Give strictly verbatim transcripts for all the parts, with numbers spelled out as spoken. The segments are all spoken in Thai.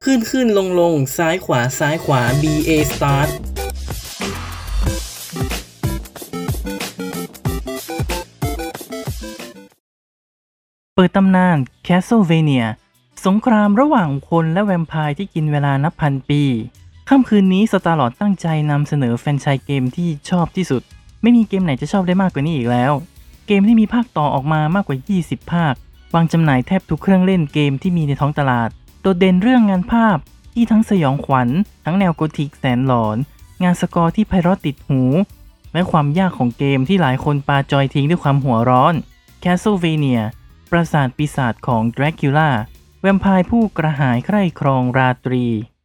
ขึ้นขึ้นลงลงซ้ายขวาซ้ายขวา บี เอ Start เปิดตำนาน Castlevania สงครามระหว่างคนและแวมไพร์ที่กินเวลานับพันปีค่ำคืนนี้สตาร์ลอร์ดตั้งใจนำเสนอแฟรนไชส์เกมที่ชอบที่สุดไม่มีเกมไหนจะชอบได้มากกว่านี้อีกแล้วเกมที่มีภาคต่อออกมามากกว่ายี่สิบภาควางจำหน่ายแทบทุกเครื่องเล่นเกมที่มีในท้องตลาดโดดเด่นเรื่องงานภาพที่ทั้งสยองขวัญทั้งแนวโกธิกแสนหลอนงานสกอร์ที่ไพเราะติดหูและความยากของเกมที่หลายคนปาจอยทิ้งด้วยความหัวร้อน Castlevania ปราสาทปีศาจของดรากูล่าแวมไพร์ผู้กระหายใคร่ครองราตรี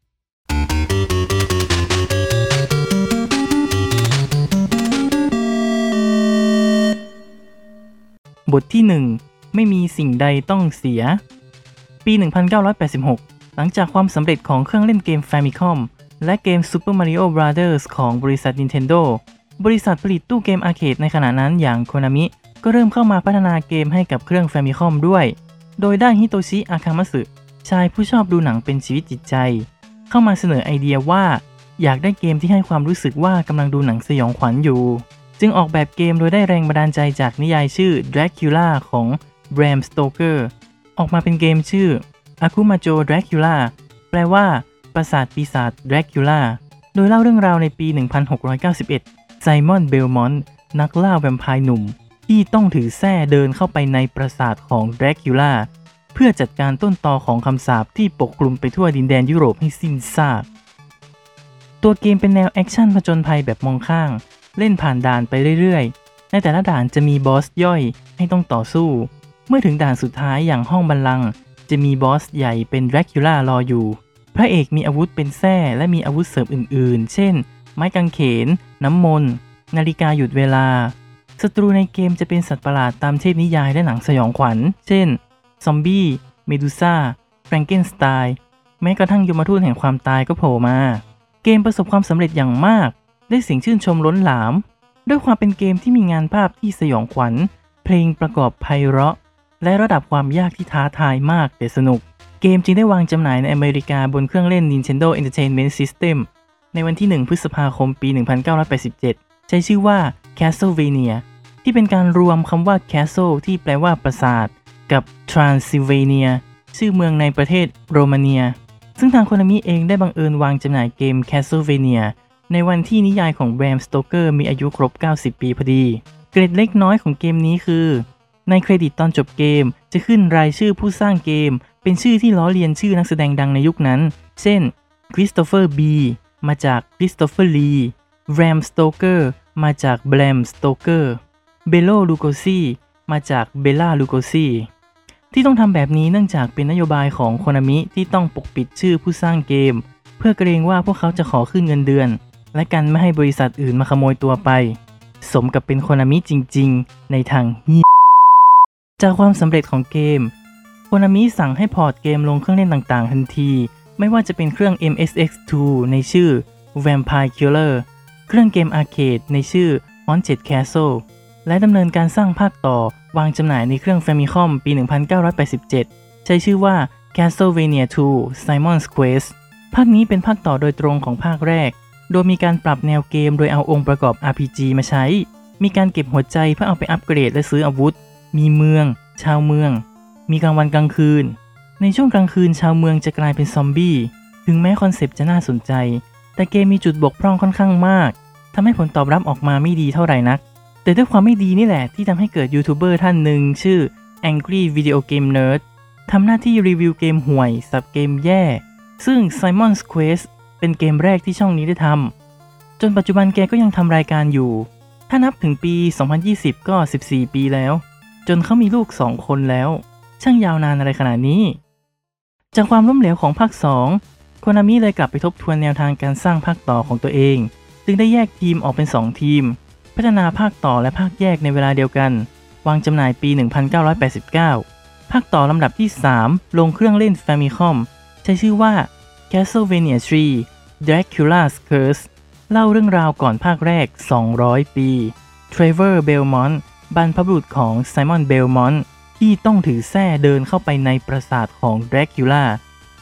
บทที่หนึ่งไม่มีสิ่งใดต้องเสียปี หนึ่งพันเก้าร้อยแปดสิบหก หลังจากความสำเร็จของเครื่องเล่นเกม Famicom และเกม Super Mario Brothers ของบริษัท Nintendo บริษัทผลิตตู้เกมอาร์เคดในขณะนั้นอย่าง Konami ก็เริ่มเข้ามาพัฒนาเกมให้กับเครื่อง Famicom ด้วยโดยได้ฮิโตชิ อาคามัสึชายผู้ชอบดูหนังเป็นชีวิตจิตใจเข้ามาเสนอไอเดียว่าอยากได้เกมที่ให้ความรู้สึกว่ากำลังดูหนังสยองขวัญอยู่จึงออกแบบเกมโดยได้แรงบันดาลใจจากนิยายชื่อ Dracula ของ Bram Stoker ออกมาเป็นเกมชื่อ Akumajo Dracula แปลว่าปราสาทปีศาจ Dracula โดยเล่าเรื่องราวในปี หนึ่งพันหกร้อยเก้าสิบเอ็ด ไซมอน เบลมอนต์นักล่าแวมไพร์หนุ่มที่ต้องถือแส้เดินเข้าไปในปราสาทของ Dracula เพื่อจัดการต้นตอของคำสาปที่ปกคลุมไปทั่วดินแดนยุโรปให้สิ้นซากตัวเกมเป็นแนวแอคชั่นผจญภัยแบบมองข้างเล่นผ่านด่านไปเรื่อยๆในแต่ละด่านจะมีบอสย่อยให้ต้องต่อสู้เมื่อถึงด่านสุดท้ายอย่างห้องบัลลังก์จะมีบอสใหญ่เป็นดรากูล่ารออยู่พระเอกมีอาวุธเป็นแส้และมีอาวุธเสริมอื่นๆเช่นไม้กางเขนน้ำมนต์นาฬิกาหยุดเวลาศัตรูในเกมจะเป็นสัตว์ประหลาดตามเทพนิยายและหนังสยองขวัญเช่นซอมบี้เมดูซ่าแฟรงเกนสไตน์แม้กระทั่งยมทูตแห่งความตายก็โผล่มาเกมประสบความสำเร็จอย่างมากได้เสียงชื่นชมล้นหลามด้วยความเป็นเกมที่มีงานภาพที่สยองขวัญเพลงประกอบไพเราะและระดับความยากที่ท้าทายมากแต่สนุกเกมจึงได้วางจำหน่ายในอเมริกาบนเครื่องเล่น Nintendo Entertainment System ในวันที่หนึ่งพฤษภาคมปี หนึ่งพันเก้าร้อยแปดสิบเจ็ด ใช้ชื่อว่า Castlevania ที่เป็นการรวมคำว่า Castle ที่แปลว่าปราสาทกับ Transylvania ชื่อเมืองในประเทศโรมาเนียซึ่งทาง Konami เองได้บังเอิญวางจำหน่ายเกม Castlevaniaในวันที่นิยายของ Bram Stoker มีอายุครบเก้าสิบปีพอดีเกร็ดเล็กน้อยของเกมนี้คือในเครดิตตอนจบเกมจะขึ้นรายชื่อผู้สร้างเกมเป็นชื่อที่ล้อเลียนชื่อนักแสดงดังในยุคนั้นเช่น Christopher B มาจาก Christopher Lee Bram Stoker มาจาก Bram Stoker Bela Lugosi มาจาก Bela Lugosi ที่ต้องทำแบบนี้เนื่องจากเป็นนโยบายของ Konami ที่ต้องปกปิดชื่อผู้สร้างเกมเพื่อเกรงว่าพวกเขาจะขอขึ้นเงินเดือนและกันไม่ให้บริษัทอื่นมาขโมยตัวไปสมกับเป็นโคนามิจริงๆในทางเหี้ยจากความสำเร็จของเกมโคนามิสั่งให้พอร์ตเกมลงเครื่องเล่นต่างๆทันทีไม่ว่าจะเป็นเครื่อง เอ็ม เอส เอ็กซ์ ทู ในชื่อ Vampire Killer เครื่องเกมอาร์เคดในชื่อ Haunted Castle และดำเนินการสร้างภาคต่อวางจำหน่ายในเครื่อง Famicom ปี หนึ่งพันเก้าร้อยแปดสิบเจ็ด ใช้ชื่อว่า Castlevania ทู Simon's Quest ภาคนี้เป็นภาคต่อโดยตรงของภาคแรกโดยมีการปรับแนวเกมโดยเอาองค์ประกอบ อาร์ พี จี มาใช้มีการเก็บหัวใจเพื่อเอาไปอัปเกรดและซื้ออาวุธมีเมืองชาวเมืองมีกลางวันกลางคืนในช่วงกลางคืนชาวเมืองจะกลายเป็นซอมบี้ถึงแม้คอนเซปต์จะน่าสนใจแต่เกมมีจุดบกพร่องค่อนข้างมากทำให้ผลตอบรับออกมาไม่ดีเท่าไหร่นักแต่ด้วยความไม่ดีนี่แหละที่ทำให้เกิดยูทูบเบอร์ท่านหนึ่งชื่อ Angry Video Game Nerd ทำหน้าที่รีวิวเกมห่วยสับเกมแย่ซึ่ง Simon's Questเป็นเกมแรกที่ช่องนี้ได้ทำจนปัจจุบันแกก็ยังทำรายการอยู่ถ้านับถึงปี สองพันยี่สิบ ก็ สิบสี่ ปีแล้วจนเขามีลูก สอง คนแล้วช่างยาวนานอะไรขนาดนี้จากความล้มเหลวของภาค สอง Konami เลยกลับไปทบทวนแนวทางการสร้างภาคต่อของตัวเองจึงได้แยกทีมออกเป็น สอง ทีมพัฒนาภาคต่อและภาคแยกในเวลาเดียวกันวางจำหน่ายปี หนึ่งพันเก้าร้อยแปดสิบเก้า ภาคต่อลำดับที่ สาม ลงเครื่องเล่น Famicom ใช้ชื่อว่า Castlevania ทรี Dracula's Curse เล่าเรื่องราวก่อนภาคแรก สองร้อย ปี Trevor Belmont บรรพบุรุษของ Simon Belmont ที่ต้องถือแส้เดินเข้าไปในปราสาทของ Dracula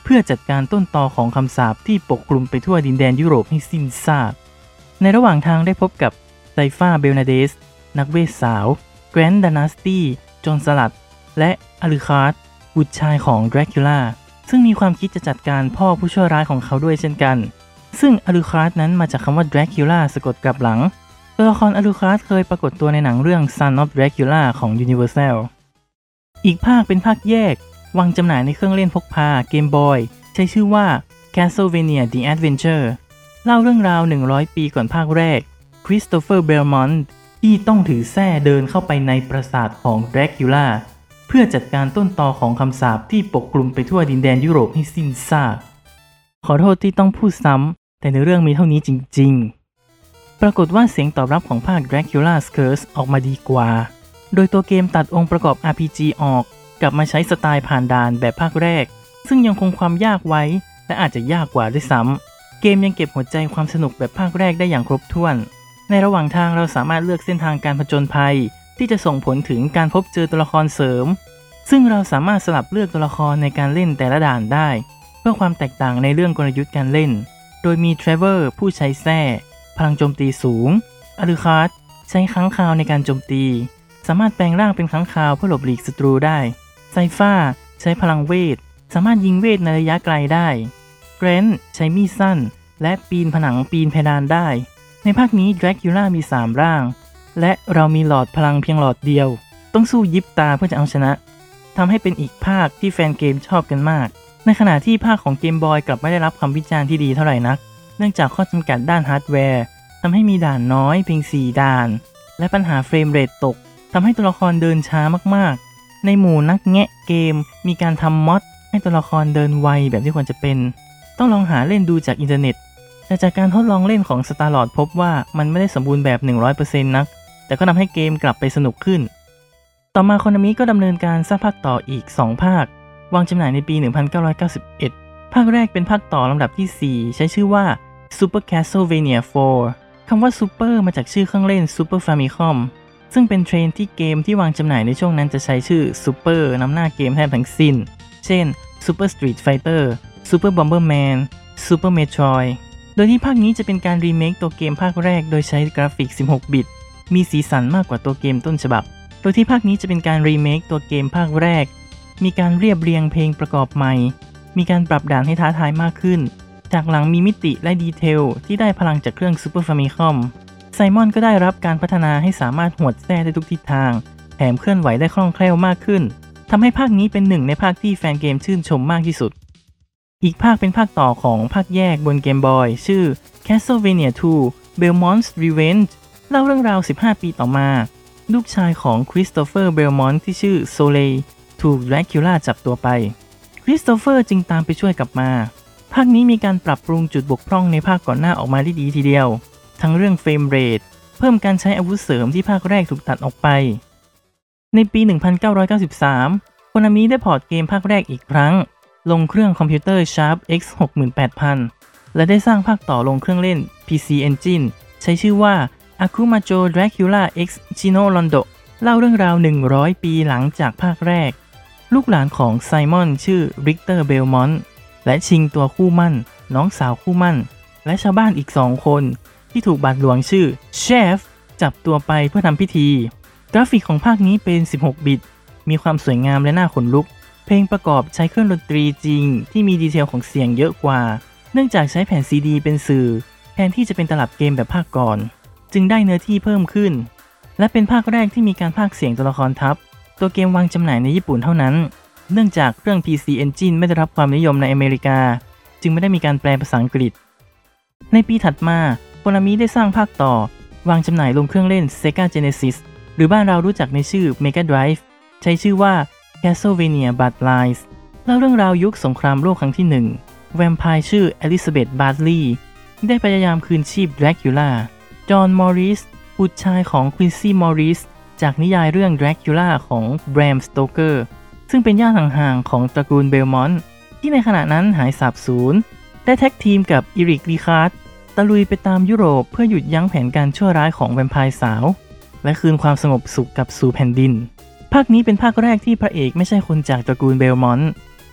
เพื่อจัดการต้นตอของคำสาปที่ปกคลุมไปทั่วดินแดนยุโรปให้สิ้นซากในระหว่างทางได้พบกับไซฟ้าเบลนาเดสนักเวทสาวแกรนด์ดานาสตี้โจรสลัดและอลูคาร์ดบุตรชายของแดร็กคิล่าซึ่งมีความคิดจะจัดการพ่อผู้ชั่วร้ายของเขาด้วยเช่นกันซึ่งอลูคาร์ดนั้นมาจากคำว่า Dracula สะกดกลับหลังตัวละครอลูคาร์ดเคยปรากฏตัวในหนังเรื่อง Son of Dracula ของ Universal อีกภาคเป็นภาคแยกวางจำหน่ายในเครื่องเล่นพกพาเกมบอยใช้ชื่อว่า Castlevania The Adventure เล่าเรื่องราวหนึ่งร้อยปีก่อนภาคแรกคริสโตเฟอร์เบลมอนต์ที่ต้องถือแส้เดินเข้าไปในปราสาทของ Dracula เพื่อจัดการต้นตอของคำสาปที่ปกคลุมไปทั่วดินแดนยุโรปให้สิ้นซากขอโทษที่ต้องพูดซ้ำแต่ในเรื่องมีเท่านี้จริงๆปรากฏว่าเสียงตอบรับของภาค Dracula's Curse ออกมาดีกว่าโดยตัวเกมตัดองค์ประกอบ อาร์ พี จี ออกกลับมาใช้สไตล์ผ่านด่านแบบภาคแรกซึ่งยังคงความยากไว้และอาจจะยากกว่าด้วยซ้ำเกมยังเก็บหัวใจความสนุกแบบภาคแรกได้อย่างครบถ้วนในระหว่างทางเราสามารถเลือกเส้นทางการผจญภัยที่จะส่งผลถึงการพบเจอตัวละครเสริมซึ่งเราสามารถสลับเลือกตัวละครในการเล่นแต่ละด่านได้เพื่อความแตกต่างในเรื่องกลยุทธ์การเล่นโดยมีเทรเวอร์ผู้ใช้แส้พลังโจมตีสูงอลูคาร์ดใช้ค้างคาวในการโจมตีสามารถแปลงร่างเป็นค้างคาวเพื่อหลบหลีกศัตรูได้ไซฟ้าใช้พลังเวทสามารถยิงเวทในระยะไกลได้แกรนท์ใช้มีดสั้นและปีนผนังปีนเพดานได้ในภาคนี้ Dracula มีสามร่างและเรามีหลอดพลังเพียงหลอดเดียวต้องสู้ยิบตาเพื่อจะเอาชนะทำให้เป็นอีกภาคที่แฟนเกมชอบกันมากในขณะที่ภาคของเกมบอยกลับไม่ได้รับคำวิจารณ์ที่ดีเท่าไหร่นักเนื่องจากข้อจำกัดด้านฮาร์ดแวร์ทำให้มีด่านน้อยเพียงสี่ด่านและปัญหาเฟรมเรทตกทำให้ตัวละครเดินช้ามากๆในหมู่นักแงะเกมมีการทำมอดให้ตัวละครเดินไวแบบที่ควรจะเป็นต้องลองหาเล่นดูจากอินเทอร์เน็ตแต่จากการทดลองเล่นของ Starlord พบว่ามันไม่ได้สมบูรณ์แบบ หนึ่งร้อยเปอร์เซ็นต์ นักแต่ก็ทำให้เกมกลับไปสนุกขึ้นต่อมา Konami ก็ดำเนินการสร้างภาคต่ออีกสองภาควางจำหน่ายในปี หนึ่งพันเก้าร้อยเก้าสิบเอ็ด ภาคแรกเป็นภาคต่อลำดับที่ สี่ ใช้ชื่อว่า Super Castlevania โฟร์ คำว่า Super มาจากชื่อเครื่องเล่น Super Famicom ซึ่งเป็นเทรนด์ที่เกมที่วางจำหน่ายในช่วงนั้นจะใช้ชื่อ Super นำหน้าเกมแทบทั้งสิ้นเช่น Super Street Fighter Super Bomberman Super Metroid โดยที่ภาคนี้จะเป็นการรีเมคตัวเกมภาคแรกโดยใช้กราฟิก สิบหก บิต มีสีสันมากกว่าตัวเกมต้นฉบับโดยที่ภาคนี้จะเป็นการรีเมคตัวเกมภาคแรกมีการเรียบเรียงเพลงประกอบใหม่มีการปรับด่านให้ท้าทายมากขึ้นจากหลังมีมิติและดีเทลที่ได้พลังจากเครื่อง Super Famicom ไซมอนก็ได้รับการพัฒนาให้สามารถหวดแส้ได้ทุกทิศทางแถมเคลื่อนไหวได้คล่องแคล่วมากขึ้นทำให้ภาคนี้เป็นหนึ่งในภาคที่แฟนเกมชื่นชมมากที่สุดอีกภาคเป็นภาคต่อของภาคแยกบนเกมบอยชื่อ Castlevania ทู Belmont's Revenge เล่าเรื่องราวสิบห้าปีต่อมาลูกชายของคริสโตเฟอร์เบลมอนต์ที่ชื่อโซเลย์ถูก Dracula จับตัวไปคริสโตเฟอร์จึงตามไปช่วยกลับมาภาคนี้มีการปรับปรุงจุดบกพร่องในภาคก่อนหน้าออกมาได้ดีทีเดียวทั้งเรื่องเฟรมเรทเพิ่มการใช้อาวุธเสริมที่ภาคแรกถูกตัดออกไปในปี หนึ่งพันเก้าร้อยเก้าสิบสาม Konami ได้พอร์ตเกมภาคแรกอีกครั้งลงเครื่องคอมพิวเตอร์ Sharp เอ็กซ์ หกหมื่นแปดพัน และได้สร้างภาคต่อลงเครื่องเล่น พี ซี Engine ใช้ชื่อว่า Akumajo Dracula X Chino Rondo เล่าเรื่องราวหนึ่งร้อยปีหลังจากภาคแรกลูกหลานของไซมอนชื่อริกเตอร์เบลมอนต์และชิงตัวคู่มั่นน้องสาวคู่มั่นและชาวบ้านอีกสองคนที่ถูกบาทหลวงชื่อเชฟจับตัวไปเพื่อทำพิธีกราฟิกของภาคนี้เป็นสิบหกบิตมีความสวยงามและน่าขนลุกเพลงประกอบใช้เครื่องดนตรีจริงที่มีดีเทลของเสียงเยอะกว่าเนื่องจากใช้แผ่นซีดีเป็นสื่อแทนที่จะเป็นตลับเกมแบบภาคก่อนจึงได้เนื้อที่เพิ่มขึ้นและเป็นภาคแรกที่มีการพากย์เสียงตัวละครทัพตัวเกมวางจำหน่ายในญี่ปุ่นเท่านั้นเนื่องจากเครื่อง พี ซี Engine ไม่ได้รับความนิยมในอเมริกาจึงไม่ได้มีการแปลภาษาอังกฤษในปีถัดมา Konami ได้สร้างภาคต่อวางจำหน่ายลงเครื่องเล่น Sega Genesis หรือบ้านเรารู้จักในชื่อ Mega Drive ใช้ชื่อว่า Castlevania Bloodlines เล่าเรื่องราวยุคสงครามโลกครั้งที่หนึ่งแวมไพร์ชื่อ Elizabeth Bartley ได้พยายามคืนชีพ Dracula จอห์น มอริสบุตรชายของ Quincy Morris จากนิยายเรื่อง Dracula ของ Bram Stoker ซึ่งเป็นญาติห่างๆของตระกูลเบลมอนต์ที่ในขณะนั้นหายสาบสูญได้แท็กทีมกับอีริก รีคาร์ดตะลุยไปตามยุโรปเพื่อหยุดยั้งแผนการชั่วร้ายของแวมไพร์สาวและคืนความสงบสุขกับสู่แผ่นดินภาคนี้เป็นภาคแรกที่พระเอกไม่ใช่คนจากตระกูลเบลมอนต์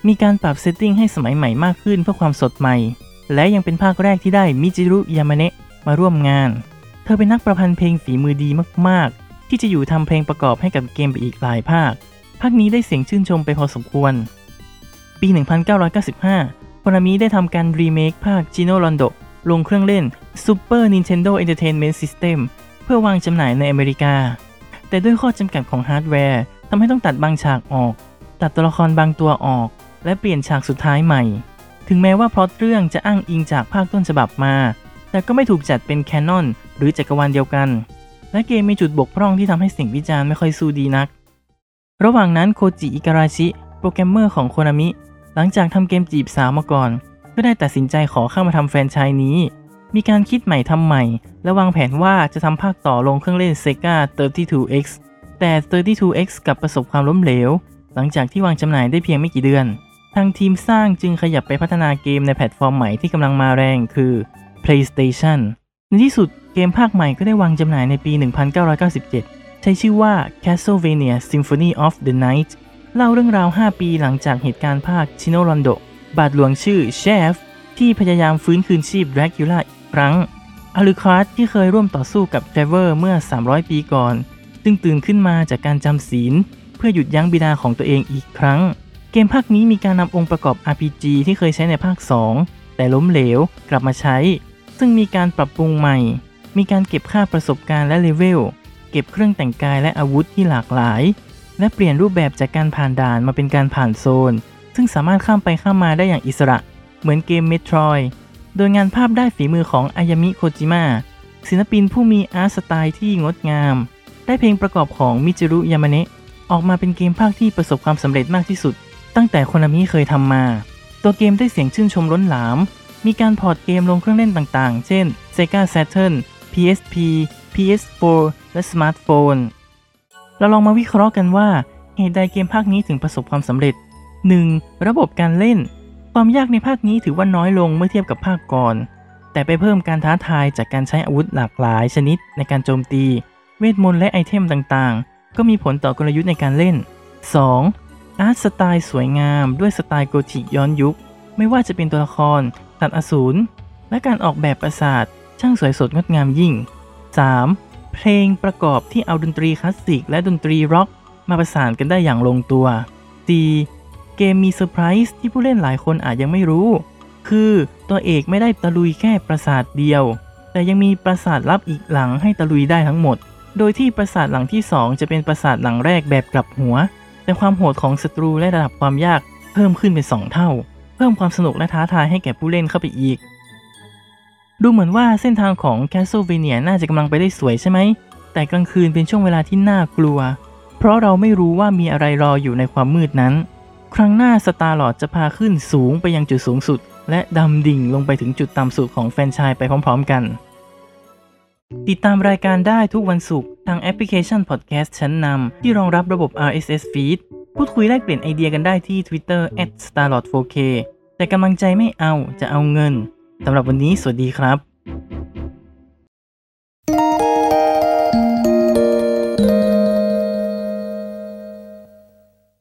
มีการปรับเซตติ้งให้สมัยใหม่มากขึ้นเพื่อความสดใหม่และยังเป็นภาคแรกที่ได้มิจิรุ ยามาเนะมาร่วมงานเธอเป็นนักประพันธ์เพลงฝีมือดีมากๆที่จะอยู่ทำเพลงประกอบให้กับเกมไปอีกหลายภาคภาคนี้ได้เสียงชื่นชมไปพอสมควรปี หนึ่งพันเก้าร้อยเก้าสิบห้า โคนามิได้ทำการรีเมคภาค จิโน Rondo ลงเครื่องเล่น Super Nintendo Entertainment System เพื่อวางจำหน่ายในอเมริกาแต่ด้วยข้อจำกัดของฮาร์ดแวร์ทำให้ต้องตัดบางฉากออกตัดตัวละครบางตัวออกและเปลี่ยนฉากสุดท้ายใหม่ถึงแม้ว่าพล็อตเรื่องจะอ้างอิงจากภาคต้นฉบับมาแต่ก็ไม่ถูกจัดเป็นแคนอนหรือจักรวาลเดียวกันและเกมมีจุดบกพร่องที่ทำให้เสียงวิจารณ์ไม่ค่อยสู้ดีนักระหว่างนั้นโคจิ อิการาชิ โปรแกรมเมอร์ของโคนามิหลังจากทำเกมจีบสาวมาก่อนก็ได้ตัดสินใจขอเข้ามาทำแฟรนไชส์นี้มีการคิดใหม่ทำใหม่และวางแผนว่าจะทำภาคต่อลงเครื่องเล่น Sega สามสิบสอง เอ็กซ์ แต่ สามสิบสอง เอ็กซ์ กลับประสบความล้มเหลวหลังจากที่วางจำหน่ายได้เพียงไม่กี่เดือนทางทีมสร้างจึงขยับไปพัฒนาเกมในแพลตฟอร์มใหม่ที่กำลังมาแรงคือ PlayStation ในที่สุดเกมภาคใหม่ก็ได้วางจำหน่ายในปี หนึ่งพันเก้าร้อยเก้าสิบเจ็ด ใช้ชื่อว่า Castlevania Symphony of the Night เล่าเรื่องราว ห้า ปีหลังจากเหตุการณ์ภาค Chino Rondo บาทหลวงชื่อเชฟที่พยายามฟื้นคืนชีพแดร็กคิล่าอีกครั้งอาลูคาร์ดที่เคยร่วมต่อสู้กับเทรเวอร์เมื่อสามร้อยปีก่อนซึ่งตื่นขึ้นมาจากการจำศีลเพื่อหยุดยั้งบิดาของตัวเองอีกครั้งเกมภาคนี้มีการนำองค์ประกอบ อาร์ พี จี ที่เคยใช้ในภาคสองแต่ล้มเหลวกลับมาใช้ซึ่งมีการปรับปรุงใหม่มีการเก็บค่าประสบการณ์และเลเวลเก็บเครื่องแต่งกายและอาวุธที่หลากหลายและเปลี่ยนรูปแบบจากการผ่านด่านมาเป็นการผ่านโซนซึ่งสามารถข้ามไปข้ามมาได้อย่างอิสระเหมือนเกม Metroid โดยงานภาพได้ฝีมือของอายามิ โคจิมะศิลปินผู้มีอาร์ตสไตล์ที่งดงามได้เพลงประกอบของมิจิรุ ยามาเนะออกมาเป็นเกมภาคที่ประสบความสำเร็จมากที่สุดตั้งแต่โคนามิเคยทำมาตัวเกมได้เสียงชื่นชมล้นหลามมีการพอร์ตเกมลงเครื่องเล่นต่างๆเช่น Sega Saturn พี เอส พี พี เอส โฟร์ และสมาร์ทโฟนเราลองมาวิเคราะห์กันว่าเหตุใดเกมภาคนี้ถึงประสบความสำเร็จ หนึ่ง ระบบการเล่นความยากในภาคนี้ถือว่าน้อยลงเมื่อเทียบกับภาคก่อนแต่ไปเพิ่มการท้าทายจากการใช้อาวุธหลากหลายชนิดในการโจมตีเวทมนต์และไอเทมต่างๆก็มีผลต่อกลยุทธ์ในการเล่น สอง อาร์ตสไตล์สวยงามด้วยสไตล์โกธิกย้อนยุคไม่ว่าจะเป็นตัวละครสัตว์อสูรและการออกแบบปราสาทช่างสวยสดงดงามยิ่ง สาม เพลงประกอบที่เอาดนตรีคลาสสิกและดนตรีร็อกมาประสานกันได้อย่างลงตัว สี่ เกมมีเซอร์ไพรส์ที่ผู้เล่นหลายคนอาจยังไม่รู้คือตัวเอกไม่ได้ตะลุยแค่ปราสาทเดียวแต่ยังมีปราสาทลับอีกหลังให้ตะลุยได้ทั้งหมดโดยที่ปราสาทหลังที่สองจะเป็นปราสาทหลังแรกแบบกลับหัวแต่ความโหดของศัตรูและระดับความยากเพิ่มขึ้นเป็นสองเท่าเพิ่มความสนุกและท้าทายให้แก่ผู้เล่นเข้าไปอีกดูเหมือนว่าเส้นทางของ Castlevania น่าจะกำลังไปได้สวยใช่ไหมแต่กลางคืนเป็นช่วงเวลาที่น่ากลัวเพราะเราไม่รู้ว่ามีอะไรรออยู่ในความมืดนั้นครั้งหน้าสตาร์ลอร์ดจะพาขึ้นสูงไปยังจุดสูงสุดและดำดิ่งลงไปถึงจุดต่ำสุดของแฟรนไชส์ไปพร้อมๆกันติดตามรายการได้ทุกวันศุกร์ทางแอปพลิเคชันพอดแคสต์ชั้นนำที่รองรับระบบ อาร์ เอส เอส Feed พูดคุยแลกเปลี่ยนไอเดียกันได้ที่ Twitter แอท สตาร์ลอร์ด โฟร์เค แต่กำลังใจไม่เอาจะเอาเงินสำหรับวันนี้สวัสดีครับ